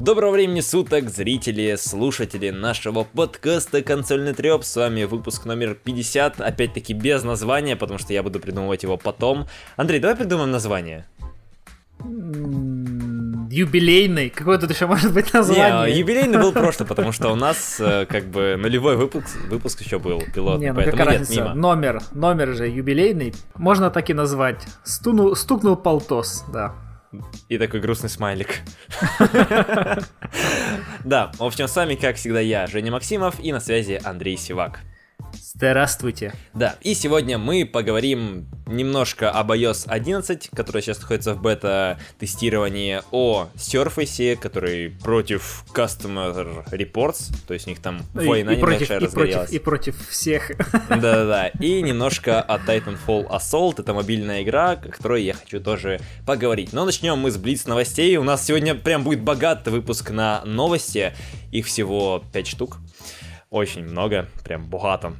Доброго времени суток, зрители, слушатели нашего подкаста «Консольный трёп». С вами выпуск номер 50, опять-таки без названия, потому что я буду придумывать его потом. Андрей, давай придумаем название. Юбилейный? Какое тут еще может быть название? Не, юбилейный был просто, потому что у нас как бы нулевой выпуск еще был, пилотный, не, ну поэтому какая нет, разница? мимо. Номер же юбилейный, можно так и назвать. Стукнул полтос, да. И такой грустный смайлик. Да, в общем, с вами, как всегда, я, Женя Максимов, и на связи Андрей Сивак. Здравствуйте. Да, и сегодня мы поговорим немножко об iOS 11, который сейчас находится в бета-тестировании, о Surface, который против Customer Reports, то есть у них там война небольшая разгорелась. И против всех. Да-да-да, и немножко о Titanfall Assault, это мобильная игра, о которой я хочу тоже поговорить. Но начнем мы с Блиц новостей, у нас сегодня прям будет богатый выпуск на новости, их всего 5 штук. Очень много, прям богато.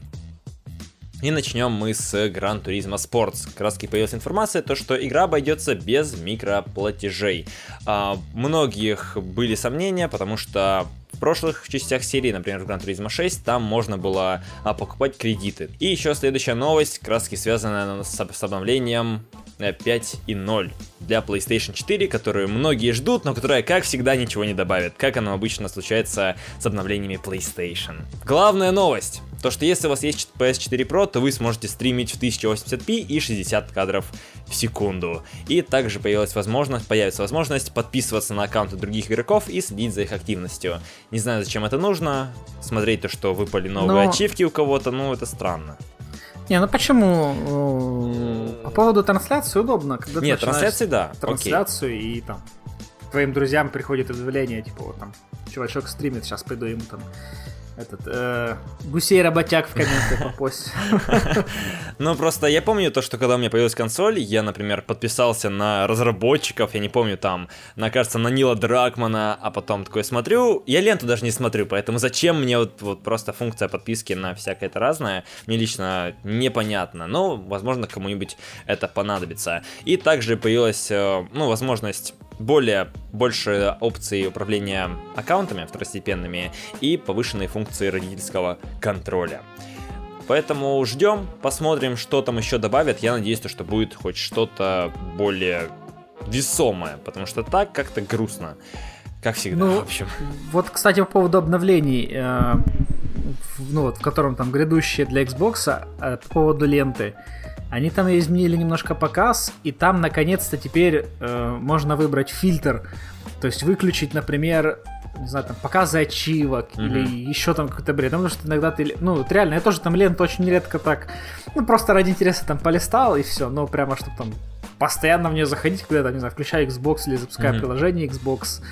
И начнем мы с Gran Turismo Sports. Как раз таки появилась информация, то, что игра обойдется без микроплатежей. Многих были сомнения, потому что в прошлых частях серии, например, в Gran Turismo 6, там можно было покупать кредиты. И еще следующая новость, как раз таки связанная с обновлением 5.0 для PlayStation 4, которую многие ждут, но которая, как всегда, ничего не добавит, как оно обычно случается с обновлениями PlayStation. Главная новость, то что если у вас есть PS4 Pro, то вы сможете стримить в 1080p и 60 кадров в секунду. И также появится возможность подписываться на аккаунты других игроков и следить за их активностью. Не знаю, зачем это нужно, смотреть то, что выпали новые ачивки у кого-то, это странно. Не, ну почему? По поводу трансляции удобно, когда ты трансляции, да. Трансляцию, окей. И там твоим друзьям приходит уведомление, типа, вот там, чувачок стримит, сейчас пойду ему там гусей-работяг в комменты попасть. Ну, просто я помню то, что когда у меня появилась консоль, я, например, подписался на разработчиков, я не помню, там, кажется, на Нила Дракмана, а потом такой смотрю, я ленту даже не смотрю, поэтому зачем мне вот просто функция подписки на всякое это разное, мне лично непонятно, но, возможно, кому-нибудь это понадобится. И также появилась, возможность больше опций управления аккаунтами второстепенными и повышенные функции родительского контроля. Поэтому ждем, посмотрим, что там еще добавят. Я надеюсь, что будет хоть что-то более весомое, потому что так как-то грустно, как всегда, в общем. Вот, кстати, по поводу обновлений, в котором там грядущие для Xbox, по поводу ленты. Они там изменили немножко показ, и там наконец-то теперь можно выбрать фильтр. То есть выключить, например, не знаю, там показы ачивок или еще там какой-то бред. Потому что иногда ты... реально, я тоже там ленту очень редко так... просто ради интереса там полистал и все. Но прямо, чтобы там постоянно в нее заходить, когда там, не знаю, включаю Xbox или запускаю приложение Xbox,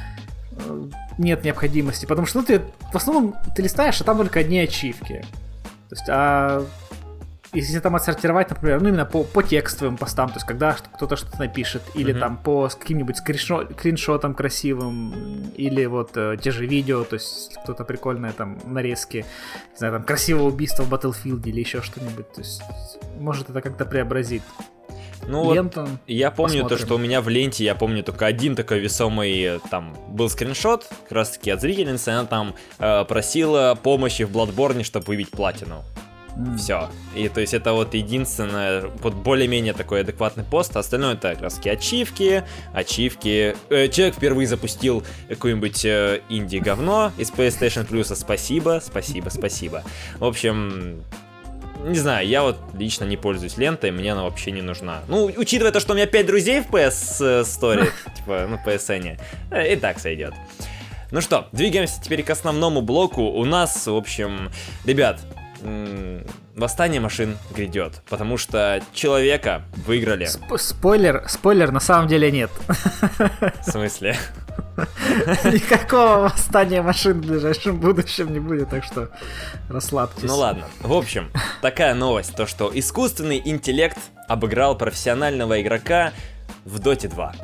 нет необходимости. Потому что, ты в основном ты листаешь, а там только одни ачивки. То есть, если там отсортировать, например, именно по текстовым постам, то есть когда кто-то что-то напишет, или там по каким-нибудь скриншотам красивым, или вот те же видео, то есть кто-то прикольное там нарезки, не знаю, там красивое убийство в Battlefield или еще что-нибудь, то есть может это как-то преобразит. Ленту, я помню посмотрим. То, что у меня в ленте, я помню только один такой весомый, там, был скриншот, как раз таки от зрительницы, она там просила помощи в Bloodborne, чтобы выбить платину. Все. И то есть это вот единственное, вот более-менее такой адекватный пост, а остальное это как раз таки ачивки. Человек впервые запустил какое-нибудь инди-говно из PlayStation Plus, спасибо. В общем, не знаю, я вот лично не пользуюсь лентой, мне она вообще не нужна. Учитывая то, что у меня 5 друзей в PS Store, типа, PSN, и так сойдет. Ну что, двигаемся теперь к основному блоку. У нас, в общем, ребят, восстание машин грядет, потому что человека выиграли. Спойлер, на самом деле нет. В смысле? Никакого восстания машин в ближайшем будущем не будет, так что расслабьтесь. Ну ладно, в общем, такая новость, то что искусственный интеллект обыграл профессионального игрока в Dota 2.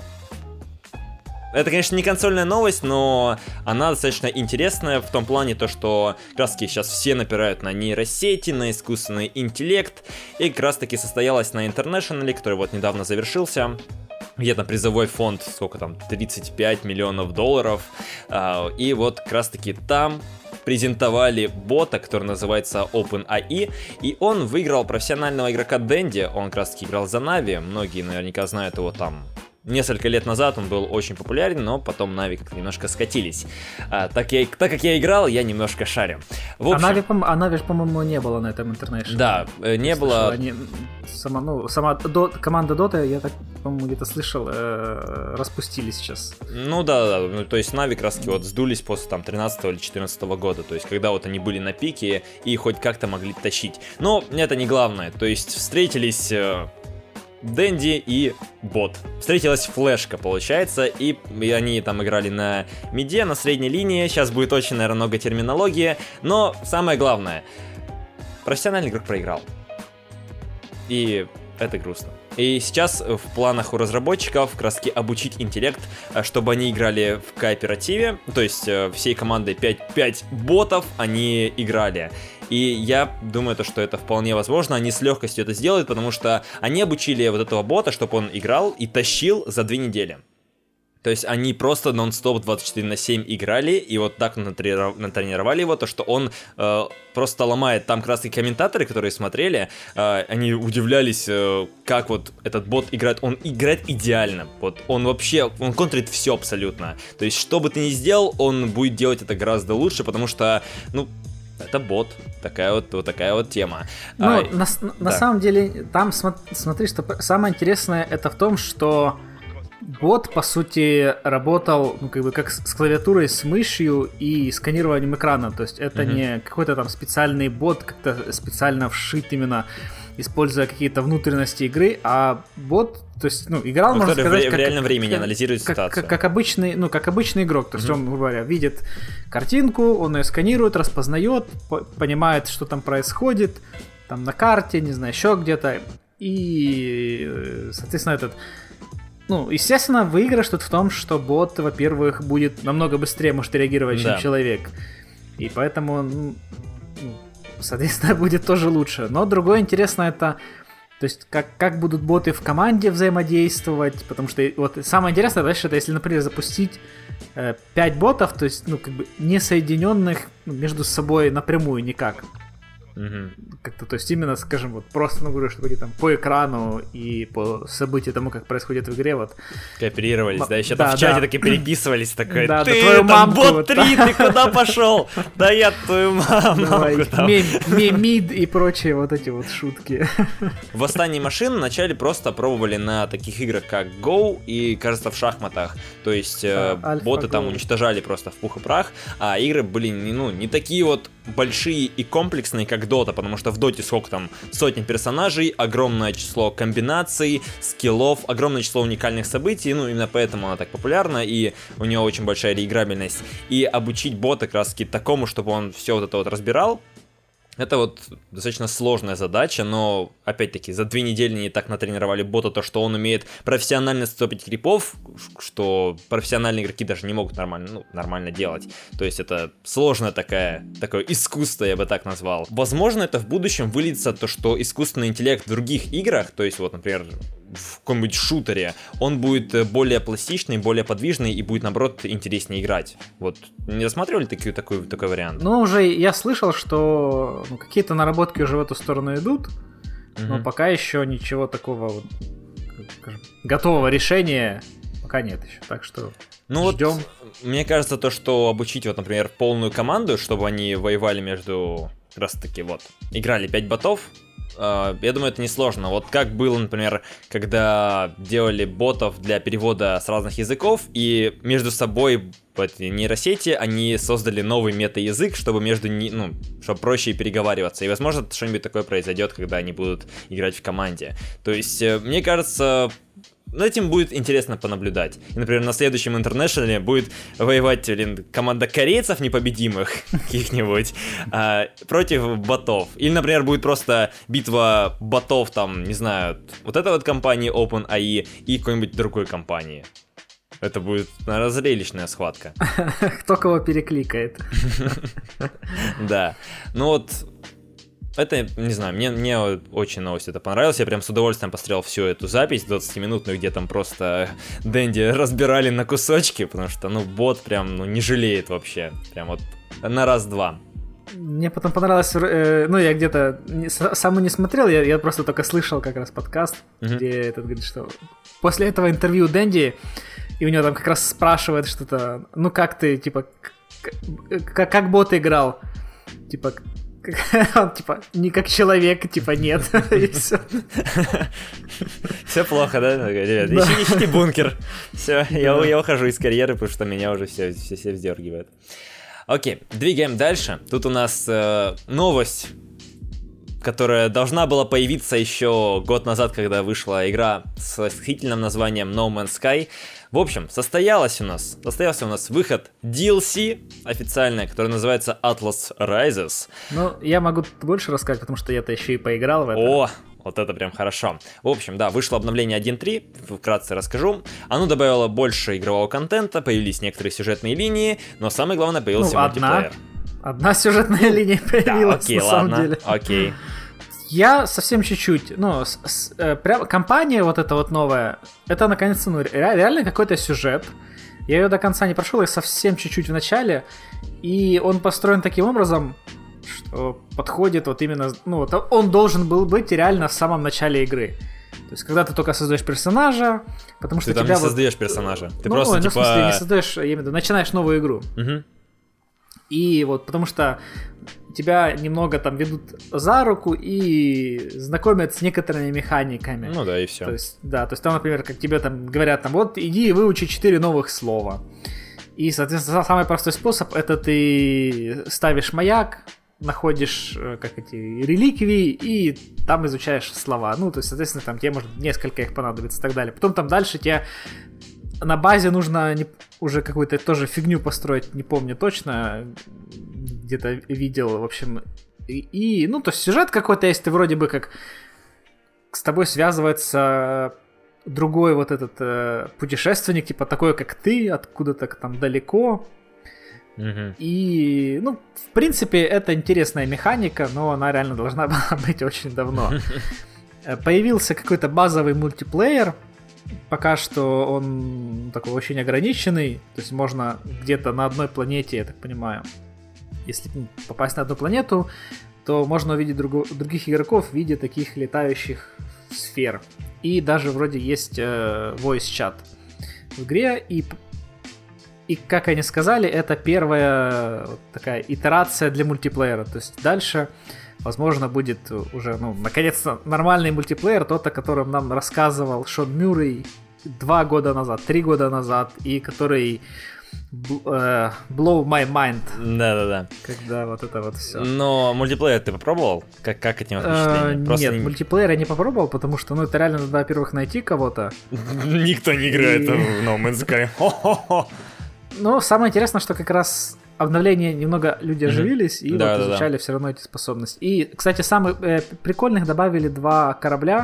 Это, конечно, не консольная новость, но она достаточно интересная в том плане, то, что как раз таки сейчас все напирают на нейросети, на искусственный интеллект, и как раз таки состоялась на International, который вот недавно завершился, где-то призовой фонд, сколько там, 35 миллионов долларов. И вот как раз-таки там презентовали бота, который называется OpenAI, и он выиграл профессионального игрока Дэнди, он как раз-таки играл за Нави, многие наверняка знают его там. Несколько лет назад он был очень популярен, но потом Нави как-то немножко скатились. Так как я играл, я немножко шарю. В общем, Нави, по-моему, не было на этом International. Да, не было. Сама команда Dota, я так, по-моему, где-то слышал, распустили сейчас. Ну да, то есть Нави как раз вот сдулись после там 13 или 14 года, то есть когда вот они были на пике и хоть как-то могли тащить. Но это не главное, то есть встретились Дэнди и бот. Встретилась флешка, получается, и они там играли на миде, на средней линии. Сейчас будет очень, наверное, много терминологии, но самое главное, профессиональный игрок проиграл. И это грустно. И сейчас в планах у разработчиков как раз-таки обучить интеллект, чтобы они играли в кооперативе, то есть всей командой 5 ботов они играли. И я думаю, что это вполне возможно, они с легкостью это сделают, потому что они обучили вот этого бота, чтобы он играл и тащил за 2 недели. То есть они просто нон-стоп 24/7 играли, и вот так натренировали его, то что он просто ломает. Там как раз и комментаторы, которые смотрели, они удивлялись, как вот этот бот играет. Он играет идеально, вот он вообще, он контрит все абсолютно. То есть что бы ты ни сделал, он будет делать это гораздо лучше, потому что, это бот, такая вот тема. На самом деле, там смотри, что самое интересное это в том, что бот, по сути, работал, как с клавиатурой, с мышью и сканированием экрана. То есть это не какой-то там специальный бот, как-то специально вшит именно, используя какие-то внутренности игры, а бот, то есть, играл, можно сказать, в реальном времени анализирует ситуацию. Как обычный игрок. То есть он, грубо говоря, видит картинку, он ее сканирует, распознает, понимает, что там происходит, там на карте, не знаю, еще где-то. И, соответственно, естественно, выигрыш тут в том, что бот, во-первых, будет намного быстрее может реагировать, чем человек. И поэтому, соответственно, будет тоже лучше. Но другое интересное это, то есть, как будут боты в команде взаимодействовать, потому что вот самое интересное, дальше, это если, например, запустить 5 ботов, то есть, не соединенных между собой напрямую никак. Как-то, то есть именно, скажем, вот просто, говорю, чтобы они там по экрану и по событию тому, как происходит в игре, вот. Кооперировались, да, еще там в чате таки переписывались, такой, да, ты твою там мамку, бот 3, ты куда пошел? Да я твою мамку там. Мид и прочие вот эти вот шутки. Восстание машин вначале просто пробовали на таких играх, как Go и, кажется, в шахматах, то есть боты там уничтожали просто в пух и прах, а игры были, не такие вот большие и комплексные, как Dota, потому что в Доте сколько там, сотни персонажей, огромное число комбинаций, скиллов, огромное число уникальных событий, именно поэтому она так популярна, и у нее очень большая реиграбельность. И обучить бота как раз-таки такому, чтобы он все вот это вот разбирал, это вот достаточно сложная задача, но, опять-таки, за 2 недели не так натренировали бота, то, что он умеет профессионально стопить крипов, что профессиональные игроки даже не могут нормально делать. То есть это сложное такое искусство, я бы так назвал. Возможно, это в будущем выльется то, что искусственный интеллект в других играх, то есть вот, например, в каком-нибудь шутере, он будет более пластичный, более подвижный и будет, наоборот, интереснее играть. Вот, не рассматривали такой вариант? Уже я слышал, что какие-то наработки уже в эту сторону идут, но пока еще ничего такого, скажем, готового решения пока нет еще, так что ждем. Вот, мне кажется, то, что обучить, вот, например, полную команду, чтобы они воевали между, как раз таки, играли 5 ботов, я думаю, это несложно. Вот как было, например, когда делали ботов для перевода с разных языков, и между собой нейросети, они создали новый мета-язык, чтобы чтобы проще переговариваться. И, возможно, что-нибудь такое произойдет, когда они будут играть в команде. То есть, мне кажется, этим будет интересно понаблюдать. И, например, на следующем International будет воевать, команда корейцев непобедимых каких-нибудь против ботов. Или, например, будет просто битва ботов, там, не знаю, вот этой вот компании OpenAI и какой-нибудь другой компании. Это будет, наверное, зрелищная схватка. Кто кого перекликает. Да. это, не знаю, мне очень новость это понравилась. Я прям с удовольствием посмотрел всю эту запись 20-минутную, где там просто Дэнди разбирали на кусочки, потому что, бот прям, не жалеет вообще. Прям вот на раз-два. Мне потом понравилось, я где-то сам не смотрел, я просто только слышал как раз подкаст, где этот говорит, что после этого интервью Дэнди, и у него там как раз спрашивают что-то, как ты, типа, как бот играл, типа, он, типа, не как человек, типа, нет, и все. Все плохо, да? Ребят, ищите бункер. Все, я ухожу из карьеры, потому что меня уже все вздергивают. Окей, двигаем дальше. Тут у нас новость, которая должна была появиться еще год назад, когда вышла игра с восхитительным названием No Man's Sky. В общем, состоялся у нас выход DLC официальный, который называется Atlas Rises. Я могу больше рассказать, потому что я-то еще и поиграл в это. О, вот это прям хорошо. В общем, да, вышло обновление 1.3, вкратце расскажу. Оно добавило больше игрового контента, появились некоторые сюжетные линии, но самое главное, появился мультиплеер. Одна сюжетная линия появилась, да, окей, ладно, самом деле. Окей. Я совсем чуть-чуть, прям компания вот эта вот новая, это наконец-то, реально какой-то сюжет. Я ее до конца не прошел, я совсем чуть-чуть в начале, и он построен таким образом, что подходит вот именно, он должен был быть реально в самом начале игры. То есть, когда ты только создаешь персонажа, потому что ты там не создаешь персонажа, ты просто типа... в смысле, не создаешь, я имею в виду, начинаешь новую игру. Угу. И вот потому что тебя немного там ведут за руку и знакомят с некоторыми механиками. Ну да, и все. То есть там, например, как тебе там говорят, вот иди и выучи 4 новых слова. И, соответственно, самый простой способ — это ты ставишь маяк, находишь реликвии и там изучаешь слова. То есть, соответственно, там тебе может несколько их понадобится и так далее. Потом там дальше тебе на базе нужно уже какую-то тоже фигню построить, не помню точно, где-то видел, в общем. То есть сюжет какой-то есть, ты вроде бы как с тобой связывается другой вот этот путешественник, типа такой, как ты, откуда-то там далеко. Mm-hmm. И, в принципе, это интересная механика, но она реально должна была быть очень давно. Появился какой-то базовый мультиплеер. Пока что он такой очень ограниченный, то есть можно где-то на одной планете, я так понимаю, если попасть на одну планету, то можно увидеть других игроков в виде таких летающих сфер. И даже вроде есть voice-чат в игре, и как они сказали, это первая такая итерация для мультиплеера, то есть дальше... Возможно, будет уже, наконец-то, нормальный мультиплеер, тот, о котором нам рассказывал Шон Мюррей 2 года назад, 3 года назад, и который blow my mind. Да-да-да. Когда вот это вот все. Но мультиплеер ты попробовал? Как от него впечатление? Нет, мультиплеер я не попробовал, потому что, это реально надо, во-первых, найти кого-то. Никто не играет в No Man's Sky. Но самое интересное, что как раз... обновления немного люди оживились и изучали все равно эти способности. И, кстати, самых прикольных добавили 2 корабля.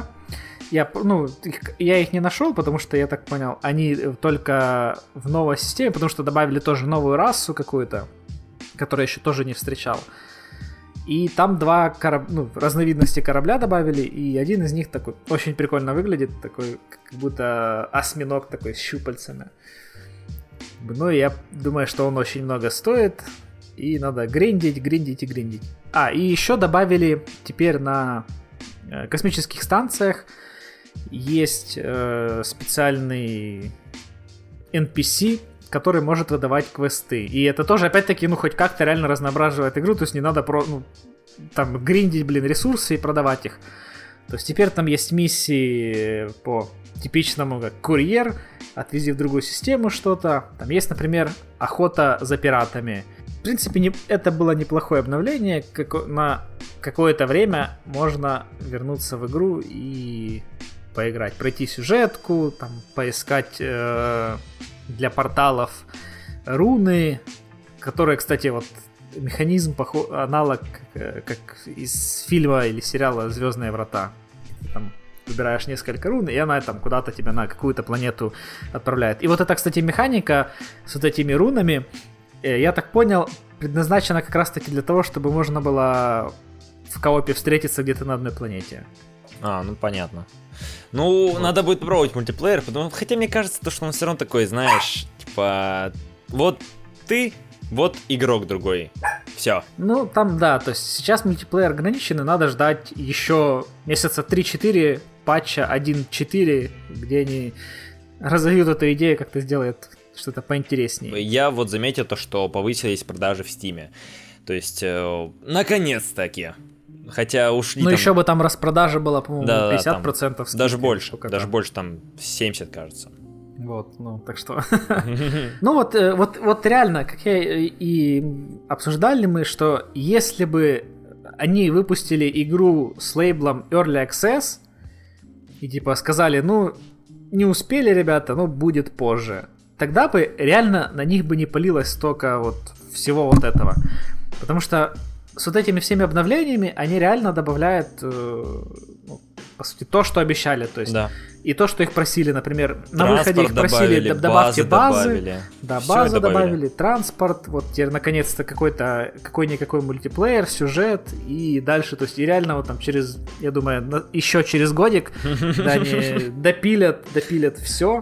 Я их не нашел, потому что, я так понял, они только в новой системе, потому что добавили тоже новую расу какую-то, которую я еще тоже не встречал. И там 2 разновидности корабля добавили, и один из них такой очень прикольно выглядит, такой как будто осьминог такой с щупальцами. Я думаю, что он очень много стоит, и надо гриндить. И еще добавили теперь на космических станциях есть специальный NPC, который может выдавать квесты. И это тоже, опять-таки, хоть как-то реально разноображивает игру, то есть не надо там гриндить, ресурсы и продавать их. То есть теперь там есть миссии по типичному, как курьер, отвези в другую систему что-то. Там есть, например, охота за пиратами. В принципе, это было неплохое обновление. На какое-то время можно вернуться в игру и поиграть. Пройти сюжетку, там, поискать для порталов руны, которые, кстати, механизм аналог как из фильма или сериала «Звездные врата». Там выбираешь несколько рун, и она там куда-то тебя на какую-то планету отправляет. И вот эта, кстати, механика с вот этими рунами, я так понял, предназначена как раз-таки для того, чтобы можно было в коопе встретиться где-то на одной планете. Ну понятно. Ну, вот. Надо будет попробовать мультиплеер, потому хотя мне кажется, то, что он все равно такой, знаешь, типа, вот ты, вот игрок другой. Все. Ну, там, да, то есть сейчас мультиплеер ограничен, и надо ждать еще месяца 3-4 патча 1.4, где они разовьют эту идею, как-то сделают что-то поинтереснее. Я вот заметил то, что повысились продажи в Стиме. То есть, наконец-таки. Хотя ушли. Ну, там... еще бы там распродажа была, по-моему, да, 50%. Скидки, даже больше, там 70, кажется. Вот, ну, так что... Ну, вот реально, как я и обсуждали мы, что если бы они выпустили игру с лейблом Early Access и типа сказали, ну, не успели, ребята, ну, будет позже, тогда бы реально на них бы не палилось столько вот всего вот этого. Потому что с вот этими всеми обновлениями они реально добавляют, ну, по сути, то, что обещали. То есть, да. И то, что их просили, например, транспорт на выходе их просили, добавьте базы. Добавили. Да, базы добавили, транспорт, вот теперь наконец-то какой-никакой мультиплеер, сюжет и дальше. То есть и реально вот там через, я думаю, еще через годик они допилят все,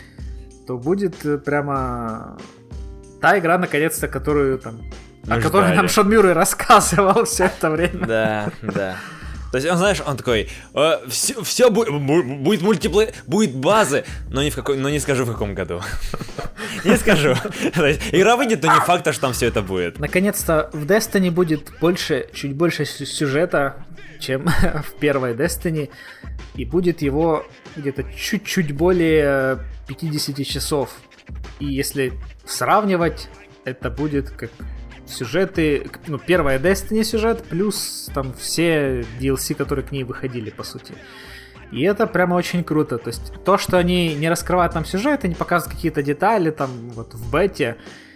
то будет прямо та игра, наконец-то, которую там... О которой нам Шон Мюррей рассказывал все это время. Да. То есть он, знаешь, он такой, все будет мультиплеер, будет базы, но не скажу в каком году. Не скажу. Игра выйдет, но не факт, что там все это будет. Наконец-то в Destiny будет чуть больше сюжета, чем в первой Destiny, и будет его где-то чуть-чуть более 50 часов. И если сравнивать, это будет как... сюжеты, ну, первая Destiny сюжет, плюс там все DLC, которые к ней выходили, по сути. И это прямо очень круто. То есть то, что они не раскрывают нам сюжет, и не показывают какие-то детали там вот в бете,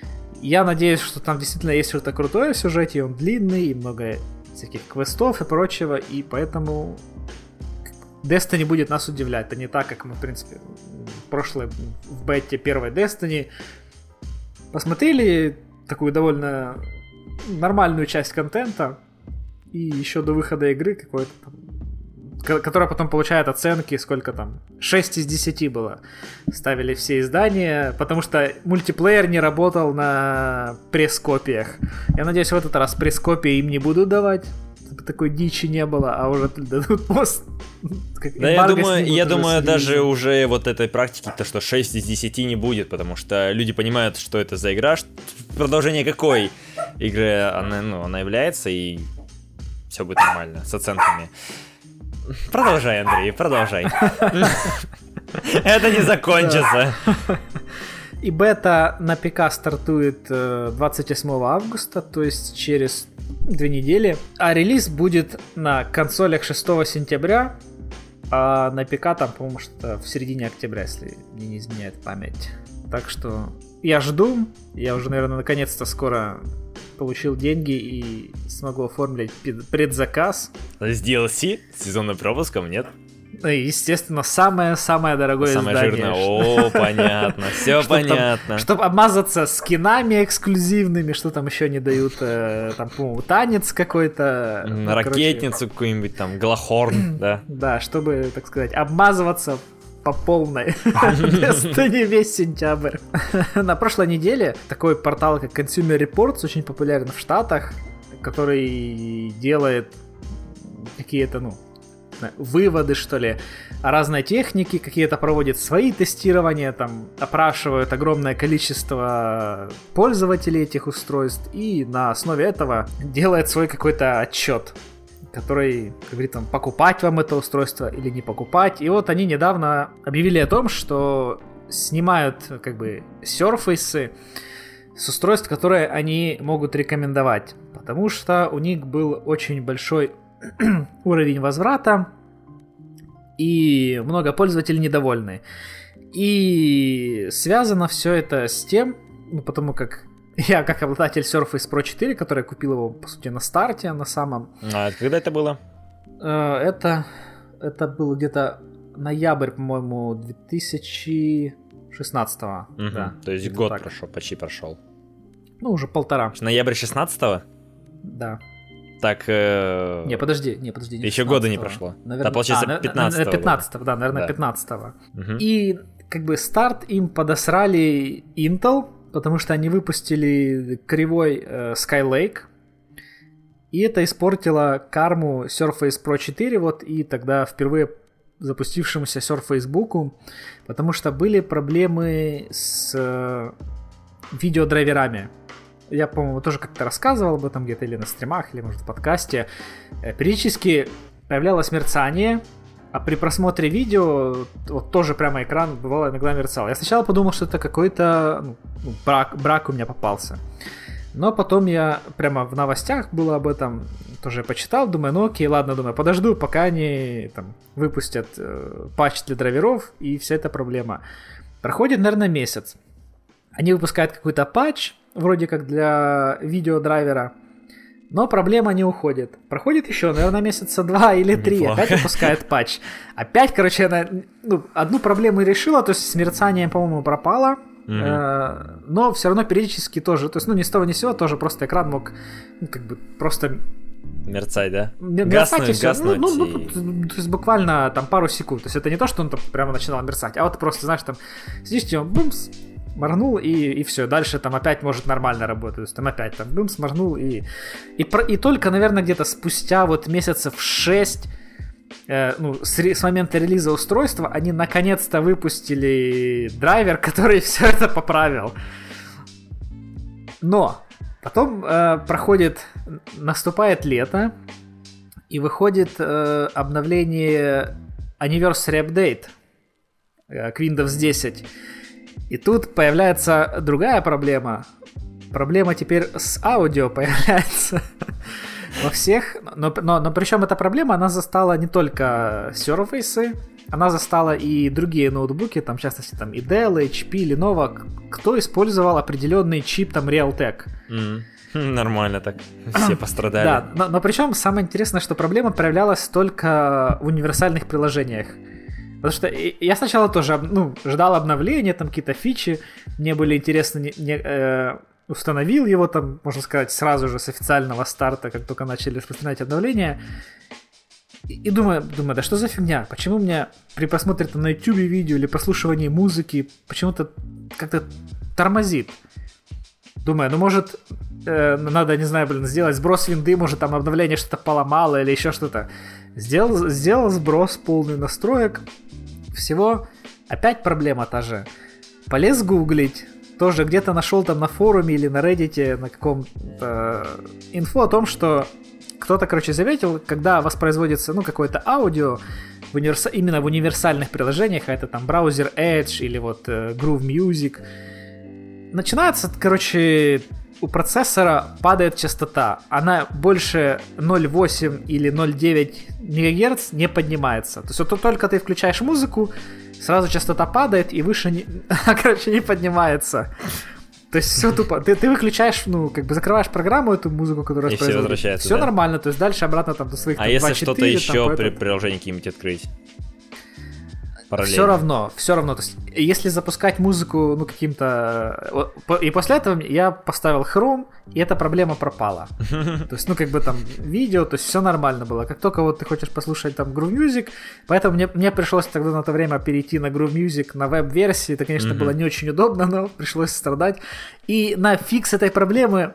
я надеюсь, что там действительно есть что-то крутое в сюжете, и он длинный, и много всяких квестов и прочего, и поэтому Destiny будет нас удивлять. Это не так, как мы, в принципе, в бете первой Destiny посмотрели такую довольно нормальную часть контента, и еще до выхода игры какой-то там, которая потом получает оценки, сколько там, 6 из 10 было, ставили все издания, потому что мультиплеер не работал на пресс-копиях. Я надеюсь, в этот раз пресс-копии им не будут давать, чтобы такой дичи не было, а уже дадут пост. Да, я думаю, даже уже вот этой практики, то, что 6 из 10 не будет, потому что люди понимают, что это за игра, продолжение какой игры она является, и все будет нормально с оценками. Продолжай, Андрей, продолжай. Это не закончится. И бета на ПК стартует 28 августа, то есть через 2 недели. А релиз будет на консолях 6 сентября, а на ПК там, по-моему, что-то в середине октября, если мне не изменяет память. Так что я жду. Я уже, наверное, наконец-то скоро получил деньги и смогу оформлять предзаказ. С DLC? С сезонным пропуском, нет? Естественно, самое дорогое самое издание. Самое жирное. О, понятно, все понятно. Чтобы обмазаться скинами эксклюзивными, что там еще не дают, там, по-моему, танец какой-то. Ракетницу какую-нибудь, там, Глахорн, да. Да, чтобы, так сказать, обмазываться по полной. Destiny весь сентябрь. На прошлой неделе такой портал, как Consumer Reports, очень популярен в Штатах, который делает какие-то, выводы, что ли, о разной технике, какие-то проводят свои тестирования, там, опрашивают огромное количество пользователей этих устройств и на основе этого делает свой какой-то отчет, который говорит, там, покупать вам это устройство или не покупать. И вот они недавно объявили о том, что снимают, как бы, серфейсы с устройств, которые они могут рекомендовать, потому что у них был очень большой уровень возврата, и много пользователей недовольны. И связано все это с тем, потому как я, как обладатель Surface Pro 4, который купил его, по сути, на старте, на самом... А когда это было? Это было где-то ноябрь, по-моему, 2016-го. Да, то есть год так. Почти прошел. Ну, уже 1,5. Ноябрь 16-го? Да. Так... Не, подожди. Еще года не прошло. Наверное... Да, получается, 15-го. 15-го, да, наверное, да. 15-го. Угу. И как бы старт им подосрали Intel, потому что они выпустили кривой Skylake, и это испортило карму Surface Pro 4, вот, и тогда впервые запустившемуся Surface Book'у, потому что были проблемы с видеодрайверами. Я, по-моему, тоже как-то рассказывал об этом где-то или на стримах, или, может, в подкасте. Периодически появлялось мерцание, а при просмотре видео вот тоже прямо экран бывало иногда мерцал. Я сначала подумал, что это какой-то брак у меня попался. Но потом я прямо в новостях было об этом, тоже почитал, думаю, ну окей, ладно, думаю, подожду, пока они там выпустят патч для драйверов, и вся эта проблема. Проходит, наверное, месяц. Они выпускают какой-то патч, вроде как для видеодрайвера, но проблема не уходит. Проходит еще, наверное, месяца 2 или 3, неплохо. Опять выпускает патч. Опять, короче, она одну проблему решила, то есть с мерцанием, по-моему, пропало. Но все равно периодически тоже, то есть, ни с того ни с сего, тоже просто экран мог, как бы, просто... Мерцать, да? Мерцать и все. То есть буквально там пару секунд. То есть это не то, что он там прямо начинал мерцать, а вот просто, знаешь, там сидишь, бумс, моргнул, и все. Дальше там опять может нормально работать. То есть там опять там бумс, моргнул, и только, наверное, где-то спустя вот месяцев 6 с момента релиза устройства они наконец-то выпустили драйвер, который все это поправил. Но потом наступает лето, и выходит обновление Anniversary Update к Windows 10. И тут появляется другая проблема. Проблема теперь с аудио появляется. Во всех, но причем эта проблема, она застала не только Surface, она застала и другие ноутбуки, там, в частности, там, и Dell, HP, Lenovo, кто использовал определенный чип, там, Realtek. Нормально так, все пострадали. Да, но причем самое интересное, что проблема проявлялась только в универсальных приложениях. Потому что я сначала тоже, ждал обновления, там, какие-то фичи, мне были интересны... Установил его там, можно сказать, сразу же с официального старта, как только начали распространять обновления. И думаю, да что за фигня? Почему мне при просмотре там, на YouTube видео или прослушивании музыки почему-то как-то тормозит? Думаю, может, надо, не знаю, сделать сброс винды, может там обновление что-то поломало или еще что-то. Сделал сброс полный настроек. Всего опять проблема та же. Полез гуглить. Тоже где-то нашел там на форуме или на Reddit на каком-то инфу о том, что кто-то, короче, заметил, когда воспроизводится, какое-то аудио именно в универсальных приложениях, а это там браузер Edge или вот Groove Music, начинается, короче, у процессора падает частота. Она больше 0,8 или 0,9 МГц не поднимается. То есть вот только ты включаешь музыку, сразу частота падает и выше не поднимается. То есть все тупо. Ты выключаешь, закрываешь программу, эту музыку, которая все возвращается. Все нормально, то есть дальше обратно там до своих 2-4. А если что-то еще при приложении какие-нибудь открыть? Все равно. То есть, если запускать музыку, каким-то... И после этого я поставил Chrome, и эта проблема пропала. То есть, там видео, то есть все нормально было. Как только вот ты хочешь послушать там Groove Music, поэтому мне пришлось тогда на то время перейти на Groove Music на веб-версии. Это, конечно, было не очень удобно, но пришлось страдать. И на фикс этой проблемы...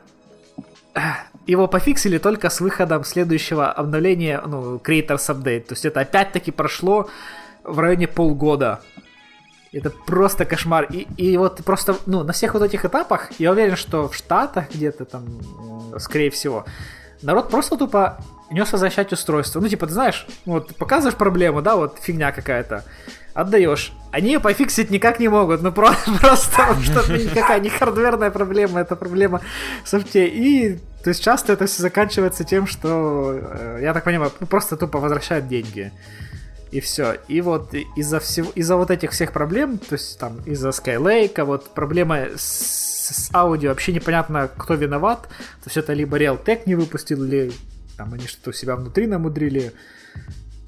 Его пофиксили только с выходом следующего обновления, Creators Update. То есть это опять-таки прошло в районе полгода. Это просто кошмар. И вот просто, на всех вот этих этапах, я уверен, что в Штатах где-то там, скорее всего, народ просто тупо нес возвращать устройство. Ты знаешь, показываешь проблему, да, вот фигня какая-то, отдаешь. Они ее пофиксить никак не могут, просто потому что это никакая не хардверная проблема, это проблема софте. И, то есть, часто это все заканчивается тем, что, я так понимаю, просто тупо возвращают деньги. И все. И вот из-за вот этих всех проблем, то есть там из-за Skylake, вот проблема с аудио, вообще непонятно, кто виноват. То есть это либо Realtek не выпустил, или там они что-то у себя внутри намудрили.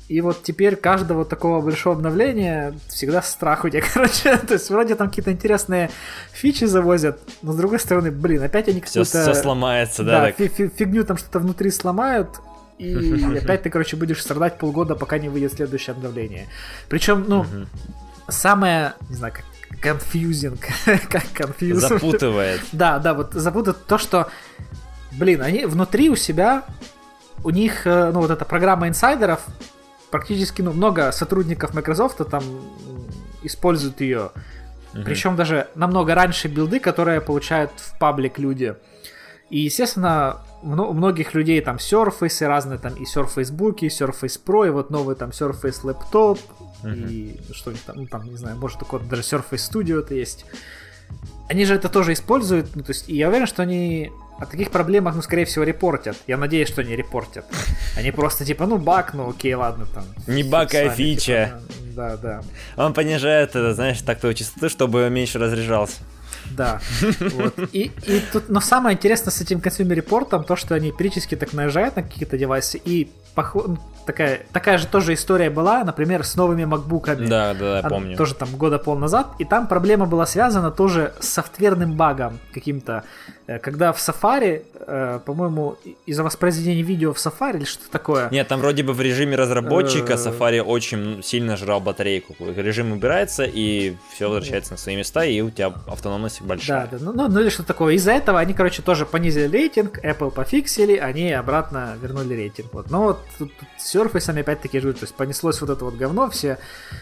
И вот теперь каждого такого большого обновления всегда страх у тебя, короче. То есть вроде там какие-то интересные фичи завозят, но с другой стороны, блин, опять они какую-то... Все сломается, да? Да, фигню там что-то внутри сломают, и опять ты, короче, будешь страдать полгода, пока не выйдет следующее обновление. Причем, ну, самое, не знаю, как confusing, как confusing. Запутывает. Да, вот запутывает то, что, блин, они внутри у себя, у них, ну, вот эта программа инсайдеров, практически, ну, много сотрудников Microsoft там используют ее. Причем даже намного раньше билды, которые получают в паблик люди. И, естественно, у многих людей там Surface разные, там и Surface Book, и Surface Pro, и вот новый там Surface Laptop, и что у них там, ну, там, не знаю, может, такой даже Surface Studio это есть. Они же это тоже используют, ну, то есть, и я уверен, что они о таких проблемах, ну, скорее всего, репортят. Я надеюсь, что они репортят. Они просто типа, ну, баг, ну, окей, ладно, там. Не баг, а фича. Типа, да. Он понижает, знаешь, тактовую частоту, чтобы меньше разряжался. Да, вот. И тут, но самое интересное с этим Consumer Report, то, что они периодически так наезжают на какие-то девайсы, и такая же тоже история была, например, с новыми макбуками. Да, помню. Тоже там года пол назад, и там проблема была связана тоже с софтверным багом каким-то, когда в Safari, по-моему, из-за воспроизведения видео в Safari или что-то такое. Нет, там вроде бы в режиме разработчика Safari очень сильно жрал батарейку. Режим убирается, и все возвращается на свои места, и у тебя автономность большая. Да, ну или что такое. Из-за этого они, короче, тоже понизили рейтинг, Apple пофиксили, они обратно вернули рейтинг. Вот. Но вот тут с Surface опять-таки живут, то есть понеслось вот это вот говно, все,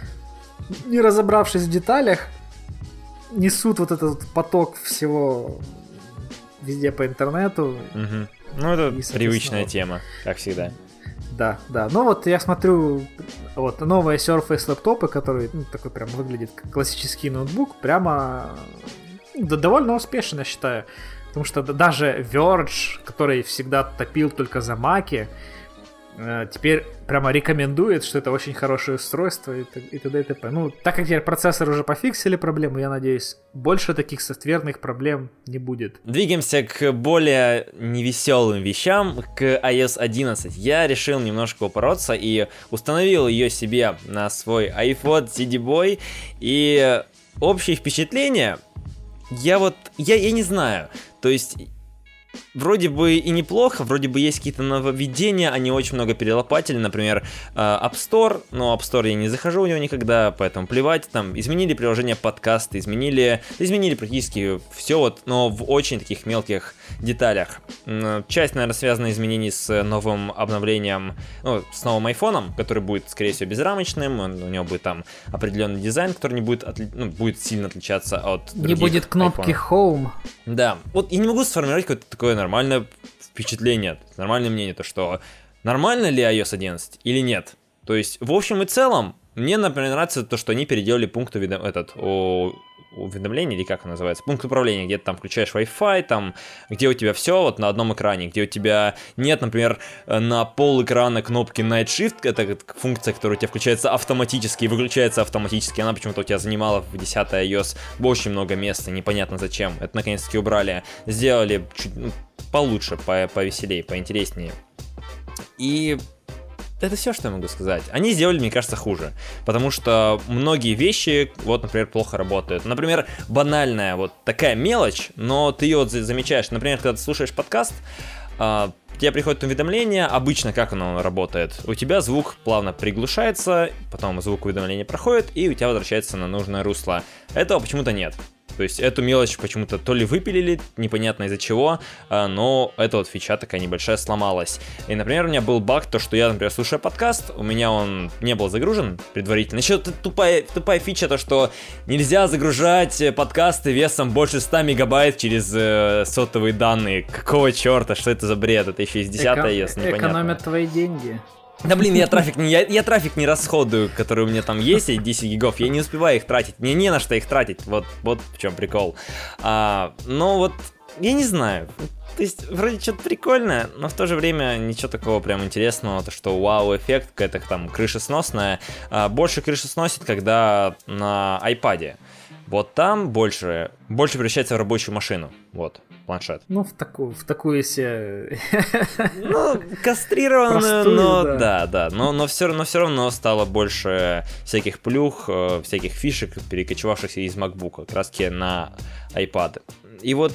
не разобравшись в деталях, несут вот этот поток всего везде по интернету. Ну, это привычная тема, как всегда. Да. Ну вот я смотрю, вот новые Surface лэптопы, которые, ну, такой прям выглядит как классический ноутбук, прямо довольно успешно, я считаю. Потому что даже Verge, который всегда топил только за Mac'и, теперь прямо рекомендует, что это очень хорошее устройство и т.д. и т.п. Ну, так как теперь процессор уже пофиксили проблему, я надеюсь, больше таких софтверных проблем не будет. Двигаемся к более невеселым вещам, к iOS 11. Я решил немножко упороться и установил ее себе на свой iPhone CD Boy, и общее впечатление, я не знаю, то есть... Вроде бы и неплохо, вроде бы есть какие-то нововведения, они очень много перелопатили, например, App Store, но App Store я не захожу у него никогда, поэтому плевать, там изменили приложение подкаста, изменили практически все, вот, но в очень таких мелких деталях. Часть, наверное, связана изменений с новым обновлением, ну, с новым айфоном, который будет, скорее всего, безрамочным, у него будет там определенный дизайн, который не будет, будет сильно отличаться от других. Не будет кнопки Home. Да, вот я не могу сформировать какое-то такое нормальное впечатление, нормальное мнение, то что нормально ли iOS 11 или нет. То есть, в общем и целом, мне, например, нравится то, что они переделали пункт уведомления, или как он называется, пункт управления, где ты там включаешь Wi-Fi, там, где у тебя все вот на одном экране, где у тебя нет, например, на пол экрана кнопки Night Shift, это функция, которая у тебя включается автоматически и выключается автоматически, она почему-то у тебя занимала в 10 iOS очень много места, непонятно зачем, это наконец-таки убрали, сделали чуть получше, повеселее, поинтереснее, и... Это все, что я могу сказать. Они сделали, мне кажется, хуже. Потому что многие вещи, вот, например, плохо работают. Например, банальная вот такая мелочь, но ты ее замечаешь. Например, когда ты слушаешь подкаст, тебе приходит уведомление, обычно как оно работает? У тебя звук плавно приглушается, потом звук уведомления проходит, и у тебя возвращается на нужное русло. Этого почему-то нет. То есть эту мелочь почему-то то ли выпилили, непонятно из-за чего, но эта вот фича такая небольшая сломалась. И, например, у меня был баг, то что я, например, слушаю подкаст, у меня он не был загружен предварительно. Еще тупая фича, то что нельзя загружать подкасты весом больше 100 мегабайт через сотовые данные. Какого черта, что это за бред? Это еще из 10 iOS, непонятно. Экономят твои деньги. Да блин, я трафик не расходую, который у меня там есть, эти 10 гигов, я не успеваю их тратить, мне не на что их тратить, вот в чем прикол. Но вот, я не знаю, то есть вроде что-то прикольное, но в то же время ничего такого прям интересного, то что вау-эффект, какая-то там крышесносная, больше крыша сносит, когда на iPad'е. Вот там больше превращается в рабочую машину, вот. планшет. Ну, в такую себе... Ну, кастрированную, простую, но да. но все равно стало больше всяких плюх, всяких фишек, перекочевавшихся из MacBook, как раз таки на iPad. И вот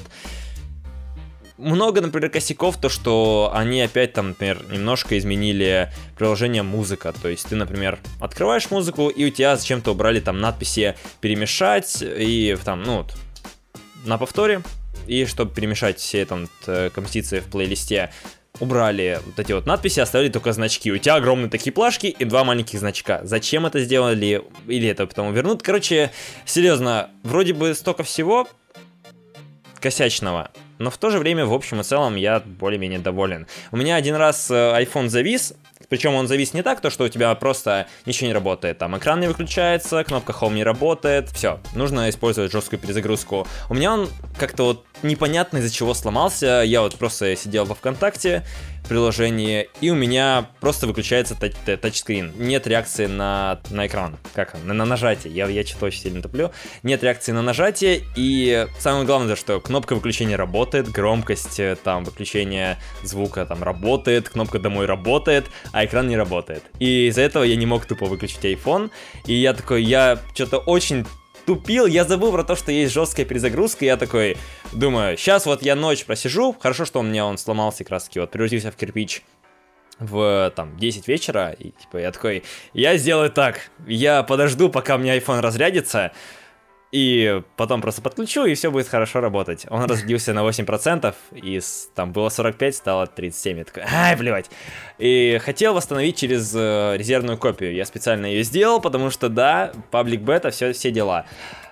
много, например, косяков, то, что они опять там, например, немножко изменили приложение музыка. То есть ты, например, открываешь музыку, и у тебя зачем-то убрали там надписи «перемешать» и там, ну вот, на повторе. И чтобы перемешать все там композиции в плейлисте, убрали вот эти вот надписи, оставили только значки. У тебя огромные такие плашки и 2 маленьких значка. Зачем это сделали? Или это потом вернут? Короче, серьезно, вроде бы столько всего косячного, но в то же время, в общем и целом, я более-менее доволен. У меня один раз iPhone завис, причем он завис не так, то что у тебя просто ничего не работает. Там экран не выключается, кнопка Home не работает, все, нужно использовать жесткую перезагрузку. У меня он как-то вот непонятно из-за чего сломался. Я вот просто сидел во ВКонтакте в приложении, и у меня просто выключается тачскрин. Нет реакции на экран. Как он? На нажатие. Я что-то очень сильно топлю. Нет реакции на нажатие, и самое главное, что кнопка выключения работает, громкость там выключения звука там работает, кнопка домой работает, а экран не работает. И из-за этого я не мог тупо выключить iPhone, и я что-то очень тупил, я забыл про то, что есть жесткая перезагрузка, и я такой думаю, сейчас вот я ночь просижу, хорошо, что у меня он сломался, как раз таки вот превратился в кирпич в там 10 вечера, и типа я такой, я сделаю так, я подожду, пока у меня iPhone разрядится, и потом просто подключу, и все будет хорошо работать. Он разрядился на 8%, и там было 45, стало 37. Я такой, плевать. И хотел восстановить через резервную копию. Я специально ее сделал, потому что, да, паблик бета, все дела.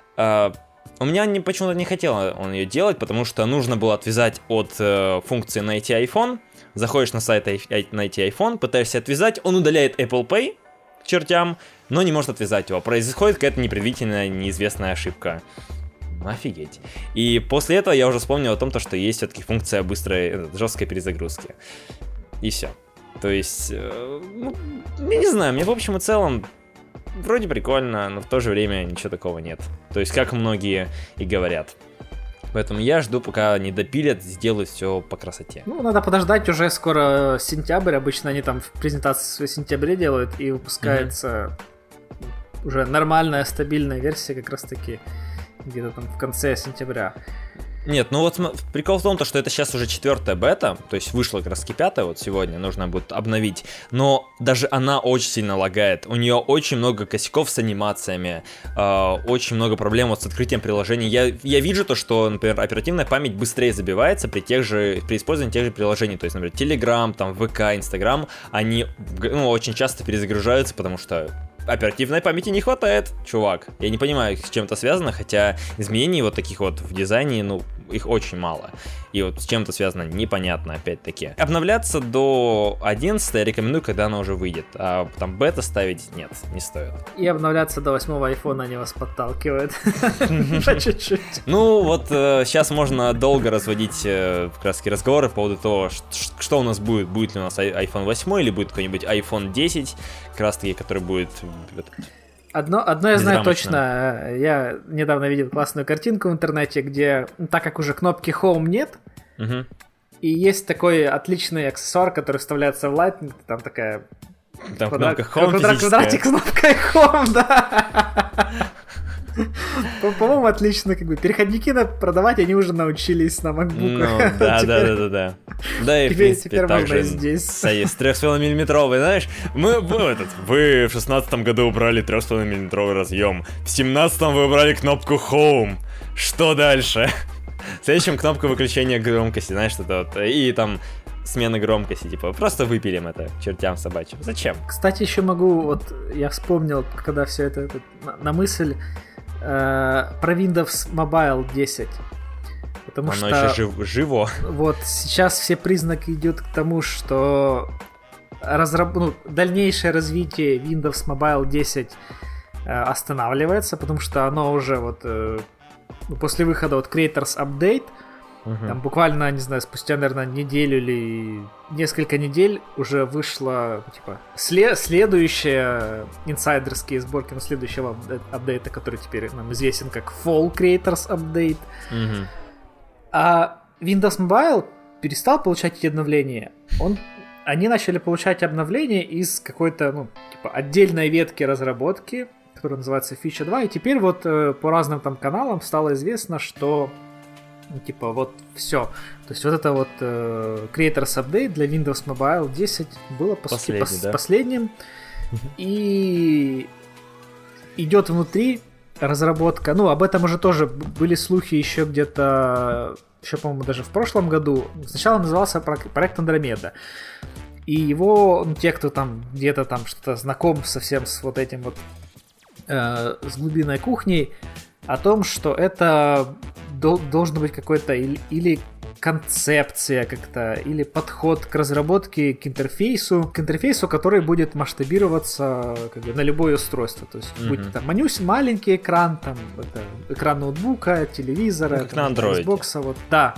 У меня почему-то не хотел он ее делать, потому что нужно было отвязать от функции «Найти iPhone». Заходишь на сайт «Найти iPhone», пытаешься отвязать, он удаляет Apple Pay к чертям, но не может отвязать его. Происходит какая-то непредвиденная, неизвестная ошибка. Офигеть. И после этого я уже вспомнил о том, что есть все-таки функция быстрой, жесткой перезагрузки. И все. То есть, я не знаю, мне в общем и целом вроде прикольно, но в то же время ничего такого нет. То есть, как многие и говорят. Поэтому я жду, пока не допилят, сделают все по красоте. Ну, надо подождать, уже скоро сентябрь. Обычно они там в презентации в сентябре делают, и выпускается уже нормальная, стабильная версия как раз-таки где-то там в конце сентября. Нет, ну вот прикол в том, что это сейчас уже 4-я бета, то есть вышла как раз 5-я, вот сегодня нужно будет обновить, но даже она очень сильно лагает, у нее очень много косяков с анимациями, очень много проблем вот с открытием приложений. Я вижу то, что, например, оперативная память быстрее забивается при использовании тех же приложений, то есть, например, Telegram, там, ВК, Instagram, они очень часто перезагружаются, потому что оперативной памяти не хватает, чувак. Я не понимаю, с чем это связано, хотя изменений вот таких вот в дизайне, их очень мало. И вот с чем это связано, непонятно, опять-таки. Обновляться до 11 я рекомендую, когда она уже выйдет. А там бета ставить нет, не стоит. И обновляться до 8-го айфона они вас подталкивают. По чуть-чуть. Ну, вот сейчас можно долго разводить как раз разговоры по поводу того, что у нас будет. Будет ли у нас iPhone 8 или будет какой-нибудь iPhone 10, как раз таки, который будет... Одно я знаю точно. Я недавно видел классную картинку в интернете, где, так как уже кнопки Home нет, и есть такой отличный аксессуар, который вставляется в Lightning, там такая... Там кнопка Home квадратик с кнопкой Home, да. По-моему, отлично, как бы. Переходники продавать они уже научились на MacBook. Да. Да, и в принципе также с 3,5-миллиметровый, знаешь, вы в 16-м году убрали 3,5-миллиметровый разъем, в 17-м вы убрали кнопку Home. Что дальше? В следующем кнопка выключения громкости, знаешь, что-то вот, и там смена громкости, типа, просто выпилим это чертям собачьим. Зачем? Кстати, еще могу, вот я вспомнил, когда все это на мысль про Windows Mobile 10. Потому оно что еще живо. Вот сейчас все признаки идут к тому, что дальнейшее развитие Windows Mobile 10 останавливается, потому что оно уже вот после выхода от Creators Update, там буквально, не знаю, спустя, наверное, неделю или несколько недель уже вышло, типа, следующие инсайдерские сборки, следующего апдейта, который теперь нам известен как Fall Creators Update. А Windows Mobile перестал получать эти обновления. Они начали получать обновления из какой-то, ну, типа, отдельной ветки разработки, которая называется Feature 2, и теперь вот по разным там каналам стало известно, что, ну, типа, вот все. То есть вот это вот Creators Update для Windows Mobile 10 было последним. И идет внутри разработка. Ну, об этом уже тоже были слухи еще где-то, еще, по-моему, даже в прошлом году. Сначала назывался проект Андромеда. И его, ну, те, кто там где-то там что-то знаком совсем с вот этим вот, с глубинной кухней, о том, что это должно быть какой-то или концепция как-то, или подход к разработке к интерфейсу, который будет масштабироваться как бы на любое устройство. То есть будет там маленький экран, там это, экран ноутбука, телевизора, как на Android. Xbox, вот, да.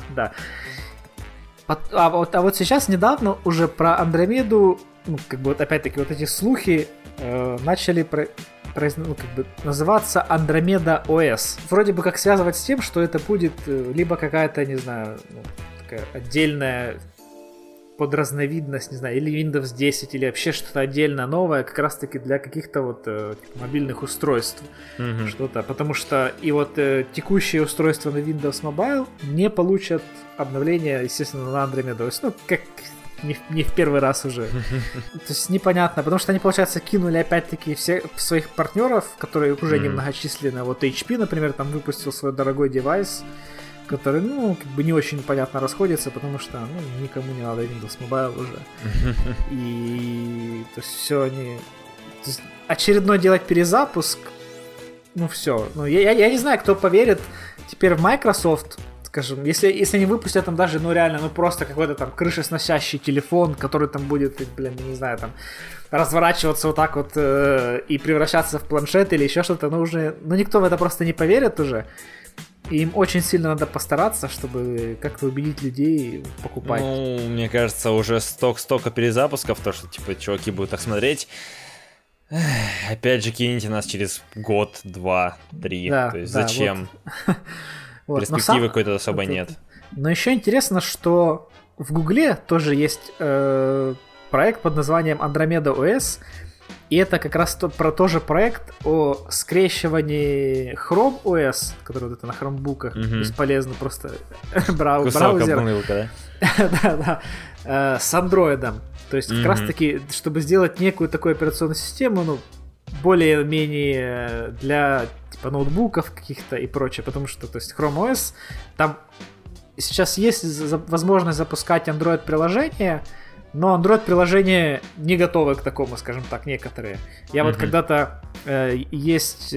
А вот сейчас недавно уже про Андромеду, ну, как бы вот опять-таки вот эти слухи начали ну, как бы называться Andromeda OS. Вроде бы как связывать с тем, что это будет либо какая-то, не знаю, ну, такая отдельная подразновидность, не знаю, или Windows 10, или вообще что-то отдельно новое, как раз-таки для каких-то вот мобильных устройств. Что-то. Потому что и вот текущие устройства на Windows Mobile не получат обновления, естественно, на Andromeda OS. Ну, как не в первый раз уже. То есть непонятно, потому что они, получается, кинули опять-таки всех своих партнеров, которые уже немногочисленны. Вот HP, например, там выпустил свой дорогой девайс, который, ну, как бы не очень понятно расходится, потому что, ну, никому не надо Windows Mobile уже. И то есть все они... То есть, очередной делать перезапуск, ну все. Ну, я не знаю, кто поверит теперь в Microsoft, скажем, если они выпустят там даже, ну реально, ну просто какой-то там крышесносящий телефон, который там будет, блин, не знаю, там разворачиваться вот так вот и превращаться в планшет или еще что-то, ну уже, ну никто в это просто не поверит уже. И им очень сильно надо постараться, чтобы как-то убедить людей покупать. Ну, мне кажется, уже столько перезапусков, то, что, типа, чуваки будут так смотреть. Опять же, кинете нас через год, 2, 3. Да, то есть да, зачем? Вот. Перспективы какой-то особо нет. Но еще интересно, что в Гугле тоже есть проект под названием Andromeda OS. И это как раз тоже проект о скрещивании Chrome OS, который вот это на хромбуках, бесполезно просто браузер. Да, с андроидом. То есть как раз таки, чтобы сделать некую такую операционную систему, ну, более-менее для типа ноутбуков каких-то и прочее, потому что, то есть, Chrome OS, там сейчас есть возможность запускать Android-приложения, но Android-приложения не готовы к такому, скажем так, некоторые. Я вот когда-то есть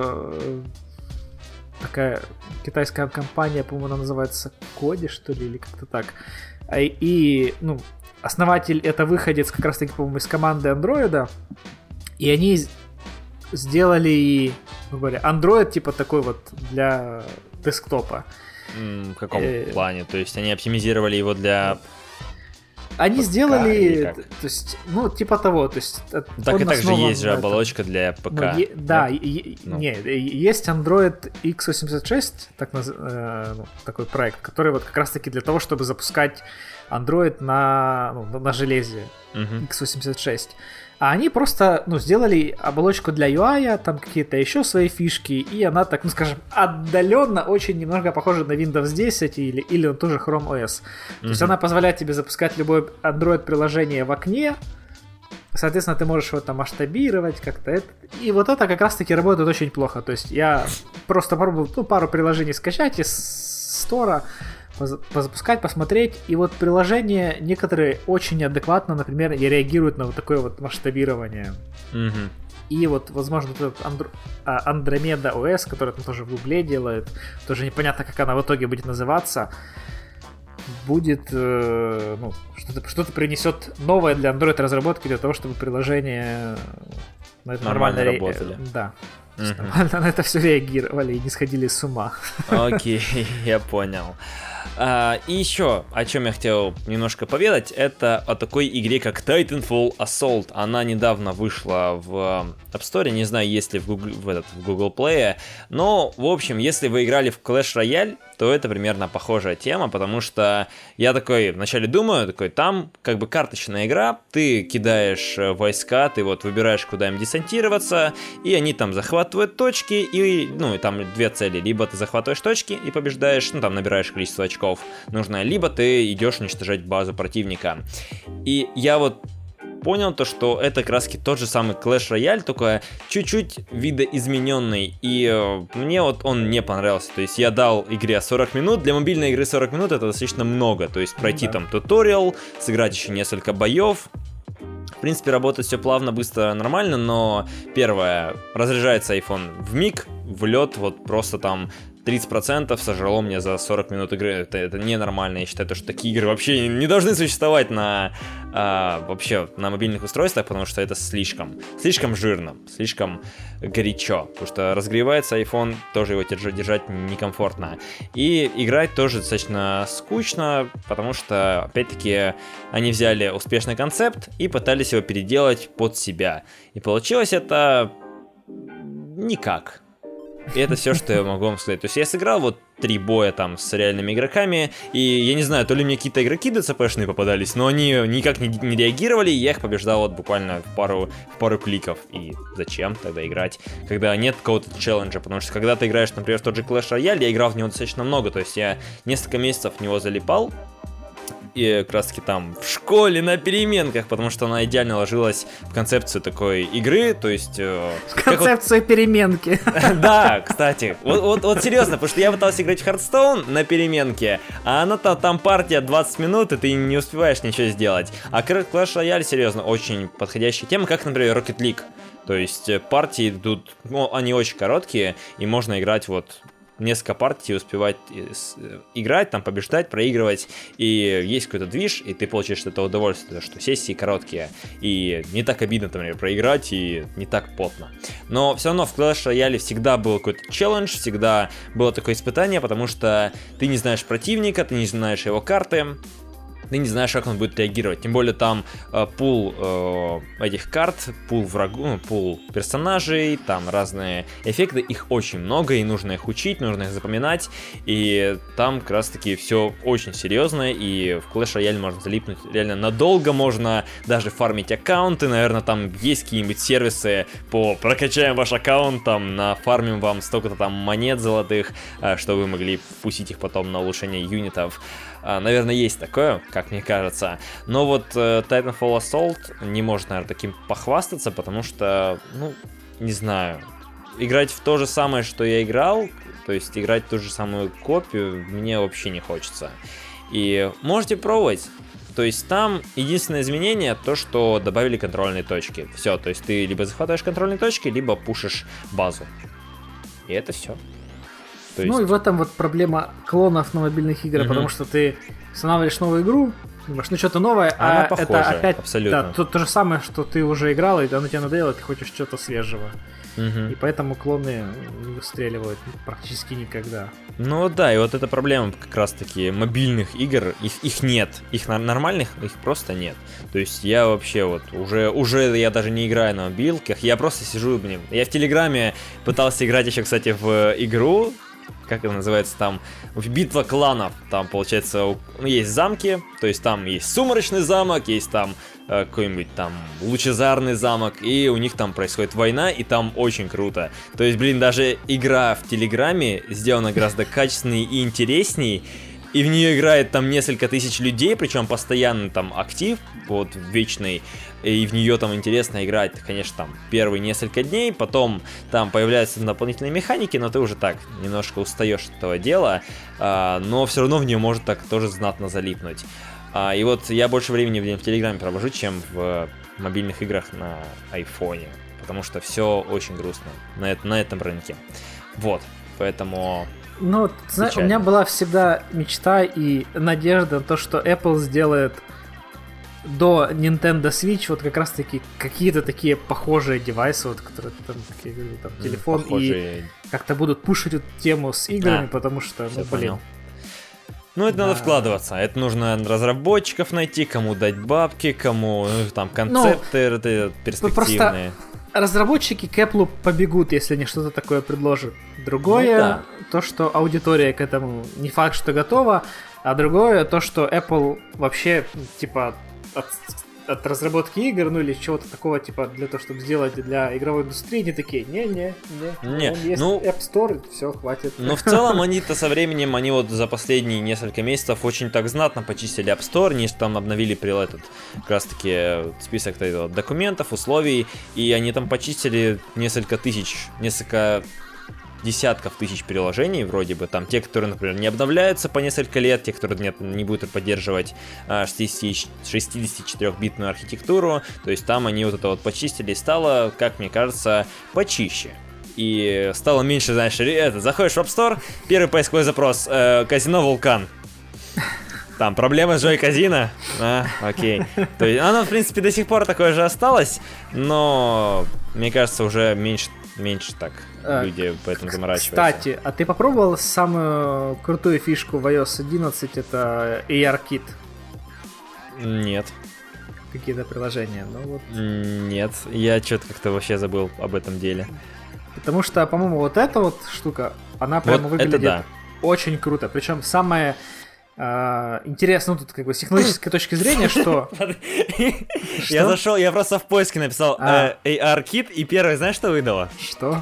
такая китайская компания, по-моему, она называется Коди, что ли, или как-то так. И, ну, основатель это выходец как раз-таки, по-моему, из команды Android, и они сделали, ну, говоря, Android типа такой вот для десктопа. В каком плане? То есть они оптимизировали его для... Они сделали, то есть, ну, типа того, то есть... Так и так же есть же оболочка для ПК. Ну, да, есть Android x86, такой проект, который вот как раз-таки для того, чтобы запускать Android на железе x86. А они просто, ну, сделали оболочку для UI, там какие-то еще свои фишки, и она, так, ну, скажем, отдаленно очень немного похожа на Windows 10 или он тоже Chrome OS. То есть она позволяет тебе запускать любое Android-приложение в окне, соответственно, ты можешь его там масштабировать как-то. И вот это как раз-таки работает очень плохо. То есть я просто пробовал, ну, пару приложений скачать из стора, позапускать, посмотреть, и вот приложения некоторые очень адекватно, например, реагируют на вот такое вот масштабирование. И вот, возможно, вот этот Andromeda OS, который там тоже в Гугле делает, тоже непонятно, как она в итоге будет называться, будет, ну, что-то принесет новое для Android разработки, для того, чтобы приложение на это нормально работали. Да. Нормально на это все реагировали и не сходили с ума. Окей, я понял. И еще, о чем я хотел немножко поведать, это о такой игре, как Titanfall Assault. Она недавно вышла в App Store, не знаю, есть ли в Google Play, но, в общем, если вы играли в Clash Royale, то это примерно похожая тема, потому что я такой вначале думаю, там как бы карточная игра, ты кидаешь войска, ты вот выбираешь, куда им десантироваться, и они там захватывают точки, и там две цели, либо ты захватываешь точки и побеждаешь, там набираешь количество очков нужное, либо ты идешь уничтожать базу противника. И я вот понял то, что это как раз тот же самый Clash Royale, только чуть-чуть видоизмененный, и мне вот он не понравился. То есть я дал игре 40 минут, для мобильной игры 40 минут это достаточно много, то есть пройти там туториал, сыграть еще несколько боев. В принципе, работает все плавно, быстро, нормально, но первое, разряжается iPhone вмиг, в лед, вот просто там 30% сожрало мне за 40 минут игры. Это ненормально. Я считаю, что такие игры вообще не должны существовать вообще на мобильных устройствах, потому что это слишком жирно, слишком горячо. Потому что разогревается iPhone, тоже его держать некомфортно. И играть тоже достаточно скучно, потому что, опять-таки, они взяли успешный концепт и пытались его переделать под себя. И получилось это никак. И это все, что я могу вам сказать. То есть я сыграл вот 3 боя там с реальными игроками, и я не знаю, то ли мне какие-то игроки ДЦПшные попадались, но они никак не реагировали, и я их побеждал вот буквально в пару кликов. И зачем тогда играть, когда нет какого-то челленджа? Потому что когда ты играешь, например, в тот же Clash Royale, я играл в него достаточно много, то есть я несколько месяцев в него залипал, и как раз таки там в школе на переменках, потому что она идеально ложилась в концепцию такой игры, то есть... Концепцию переменки. Да, кстати, вот серьезно, потому что я пытался играть в Hearthstone на переменке, а она там партия 20 минут, и ты не успеваешь ничего сделать. А Clash Royale, серьезно, очень подходящая тема, как, например, Rocket League. То есть партии идут, они очень короткие, и можно играть вот... несколько партий успевать играть, там побеждать, проигрывать, и есть какой-то движ, и ты получаешь от этого удовольствие, что сессии короткие, и не так обидно, например, проиграть, и не так потно. Но все равно в Clash Royale всегда был какой-то челлендж, всегда было такое испытание, потому что ты не знаешь противника, ты не знаешь его карты, ты не знаешь, как он будет реагировать. Тем более там пул этих карт, пул врагов, пул персонажей, там разные эффекты, их очень много, и нужно их учить, нужно их запоминать. И там как раз таки все очень серьезно, и в Clash Royale можно залипнуть реально надолго, можно даже фармить аккаунты, наверное, там есть какие-нибудь сервисы по прокачаем ваш аккаунт, там нафармим вам столько-то там монет золотых, чтобы вы могли пустить их потом на улучшение юнитов. Наверное, есть такое, как мне кажется. Но вот Titanfall Assault не может, наверное, таким похвастаться, потому что, не знаю, играть в то же самое, что я играл, то есть играть в ту же самую копию, мне вообще не хочется. И можете пробовать. То есть там единственное изменение то, что добавили контрольные точки. Все, то есть ты либо захватываешь контрольные точки, либо пушишь базу. И это все. И в этом вот проблема клонов на мобильных играх, потому что ты устанавливаешь новую игру, думаешь, что-то новое, она похожа, это опять абсолютно. Да, то же самое, что ты уже играл, и оно тебе надоело, ты хочешь что-то свежего. И поэтому клоны не выстреливают практически никогда. Ну да, и вот эта проблема как раз-таки мобильных игр, их нет, их нормальных, их просто нет. То есть я вообще вот уже я даже не играю на мобилках, я просто сижу, я в Телеграме пытался играть еще, кстати, в игру, как это называется, там, битва кланов, там, получается, есть замки, то есть там есть сумрачный замок, есть там какой-нибудь там лучезарный замок, и у них там происходит война, и там очень круто. То есть, даже игра в Телеграме сделана гораздо качественнее и интересней, и в нее играет там несколько тысяч людей, причем постоянно там актив, вот, вечный, и в нее там интересно играть, конечно, там, первые несколько дней, потом там появляются дополнительные механики, но ты уже так немножко устаешь от этого дела, но все равно в нее может так тоже знатно залипнуть. И вот я больше времени в Телеграме провожу, чем в мобильных играх на айфоне, потому что все очень грустно на этом рынке. Вот, поэтому... знаешь, у меня была всегда мечта и надежда на то, что Apple сделает до Nintendo Switch вот как раз-таки какие-то такие похожие девайсы, вот, которые там, как я говорю, там телефон, похожие... и как-то будут пушить эту тему с играми, потому что, ну, блин. Ну, это надо вкладываться. Это нужно разработчиков найти, кому дать бабки, кому там концепты перспективные. Разработчики к Apple побегут, если они что-то такое предложат. Другое, то, что аудитория к этому не факт, что готова, а другое, то, что Apple вообще, типа, от разработки игр, ну или чего-то такого, типа, для того, чтобы сделать для игровой индустрии, не такие, не, есть App Store, все, хватит. Но в целом они-то со временем, они вот за последние несколько месяцев очень так знатно почистили App Store, они там обновили этот, как раз таки список документов, условий, и они там почистили несколько десятков тысяч приложений, вроде бы, там те, которые, например, не обновляются по несколько лет, те, которые не будут поддерживать 64-битную архитектуру, то есть там они вот это вот почистили, и стало, как мне кажется, почище. И стало меньше, знаешь, заходишь в App Store, первый поисковой запрос, казино Вулкан. Там проблемы с Joy Casino? Окей. То есть оно, в принципе, до сих пор такое же осталось, но, мне кажется, уже меньше так люди поэтому заморачиваются. Кстати, а ты попробовал самую крутую фишку в iOS 11, это ARKit? Нет. Какие-то приложения? Ну, вот. Нет, я что-то как-то вообще забыл об этом деле. Потому что, по-моему, вот эта вот штука, она прямо вот выглядит очень круто. Причем самое интересно, ну тут как бы с технологической точки зрения, что... Я зашел, я просто в поиске написал ARKit, и первое, знаешь, что выдало? Что?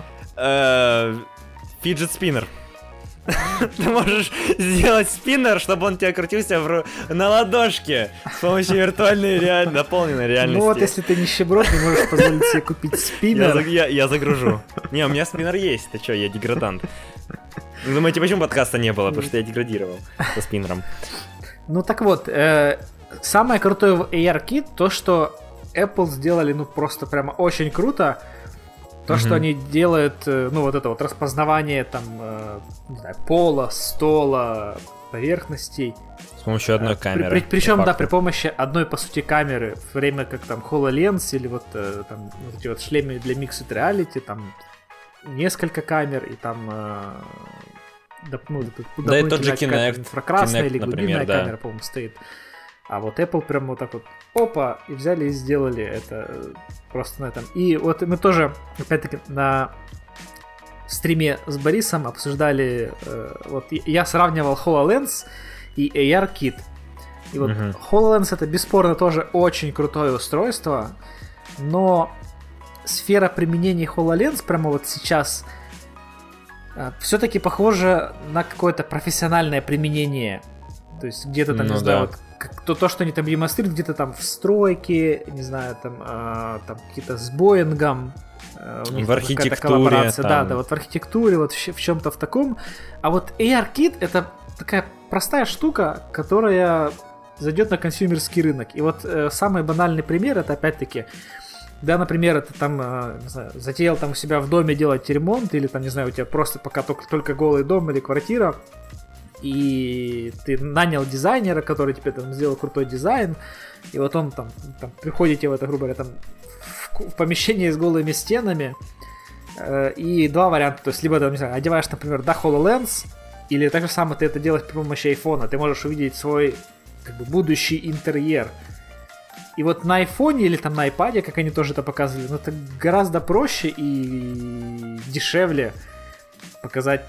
Fidget Spinner. Ты можешь сделать спиннер, чтобы он у тебя крутился на ладошке с помощью виртуальной дополненной реальности. Ну вот, если ты нищеброд, не можешь позволить себе купить спиннер. Я загружу. Не, у меня спиннер есть, ты что, я деградант. Вы думаете, почему подкаста не было? Потому что я деградировал со спиннером. Ну так вот, самое крутое в ARKit, то, что Apple сделали, ну просто прямо очень круто. То, что они делают, ну вот это вот распознавание там, не знаю, пола, стола, поверхностей. С помощью одной камеры. Причем, да, при помощи одной, по сути, камеры. В время как там HoloLens или вот там вот эти вот шлемы для Mixed Reality, там несколько камер и там... да и тот же Kinect. Инфракрасная или глубинная например, камера, по-моему, стоит. А вот Apple прям вот так вот, опа, и взяли и сделали это просто на этом. И вот мы тоже, опять-таки, на стриме с Борисом обсуждали, вот я сравнивал HoloLens и ARKit. И вот HoloLens это бесспорно тоже очень крутое устройство, но сфера применения HoloLens прямо вот сейчас все-таки похоже на какое-то профессиональное применение. То есть где-то там, не знаю, вот то, что они там демонстрируют, где-то там в стройке, не знаю, там какие-то с Боингом, у них в архитектуре, коллаборация, да, вот в архитектуре, вот в чем-то в таком. А вот ARKit это такая простая штука, которая зайдет на консюмерский рынок. И вот самый банальный пример это опять-таки, да, например, ты там, не знаю, затеял там у себя в доме делать ремонт, или там, не знаю, у тебя просто пока только голый дом или квартира, и ты нанял дизайнера, который тебе там сделал крутой дизайн, и вот он там приходите в это, грубо говоря, там в помещение с голыми стенами, и два варианта, то есть либо ты, не знаю, одеваешь, например, HoloLens, или так же самое ты это делаешь при помощи айфона, ты можешь увидеть свой как бы будущий интерьер. И вот на айфоне или там на айпаде, как они тоже это показывали, ну это гораздо проще и дешевле показать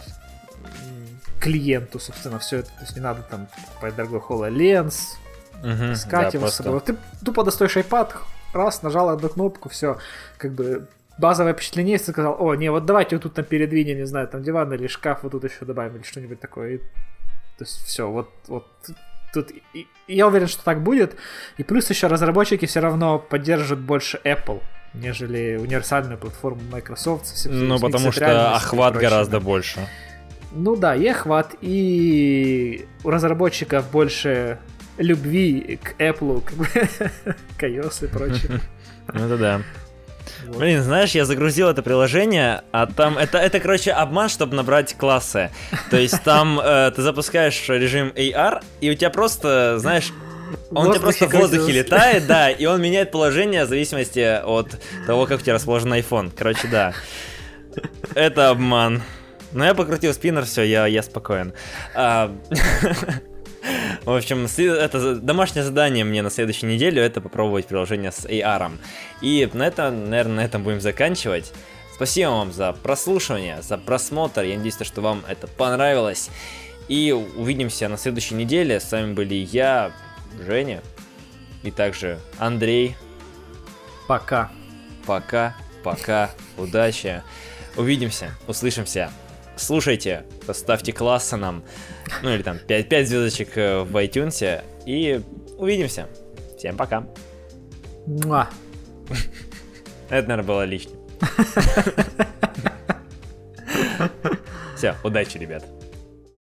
клиенту, собственно, все это. То есть не надо там покупать дорогой HoloLens, искать его с собой. Ты тупо достаешь iPad, раз, нажал одну кнопку, все, как бы базовое впечатление, если сказал, о, не, вот давайте вот тут там передвинем, не знаю, там диван или шкаф вот тут еще добавим или что-нибудь такое. И, то есть все, вот тут и я уверен, что так будет. И плюс еще разработчики все равно поддержат больше Apple, нежели универсальную платформу Microsoft. Ну, потому что охват гораздо больше. Ну да, и охват, и у разработчиков больше любви к Apple, к iOS и прочее. Ну это да. Вот. Блин, знаешь, я загрузил это приложение, а там это короче, обман, чтобы набрать классы. То есть там ты запускаешь режим AR, и у тебя просто, знаешь, Он у тебя просто в воздухе летает, да, и он меняет положение в зависимости от того, как у тебя расположен iPhone. Короче, да. Это обман. Но я покрутил спиннер, все, я спокоен. В общем, это домашнее задание мне на следующей неделе, это попробовать приложение с AR. И наверное, на этом будем заканчивать. Спасибо вам за прослушивание, за просмотр. Я надеюсь, что вам это понравилось. И увидимся на следующей неделе. С вами были я, Женя, и также Андрей. Пока. Пока. Удачи. Увидимся, услышимся. Слушайте, поставьте классы нам. Ну или там 5 звездочек в iTunes. И увидимся. Всем пока. Муа. Это, наверное, было лишним. Все, удачи, ребят.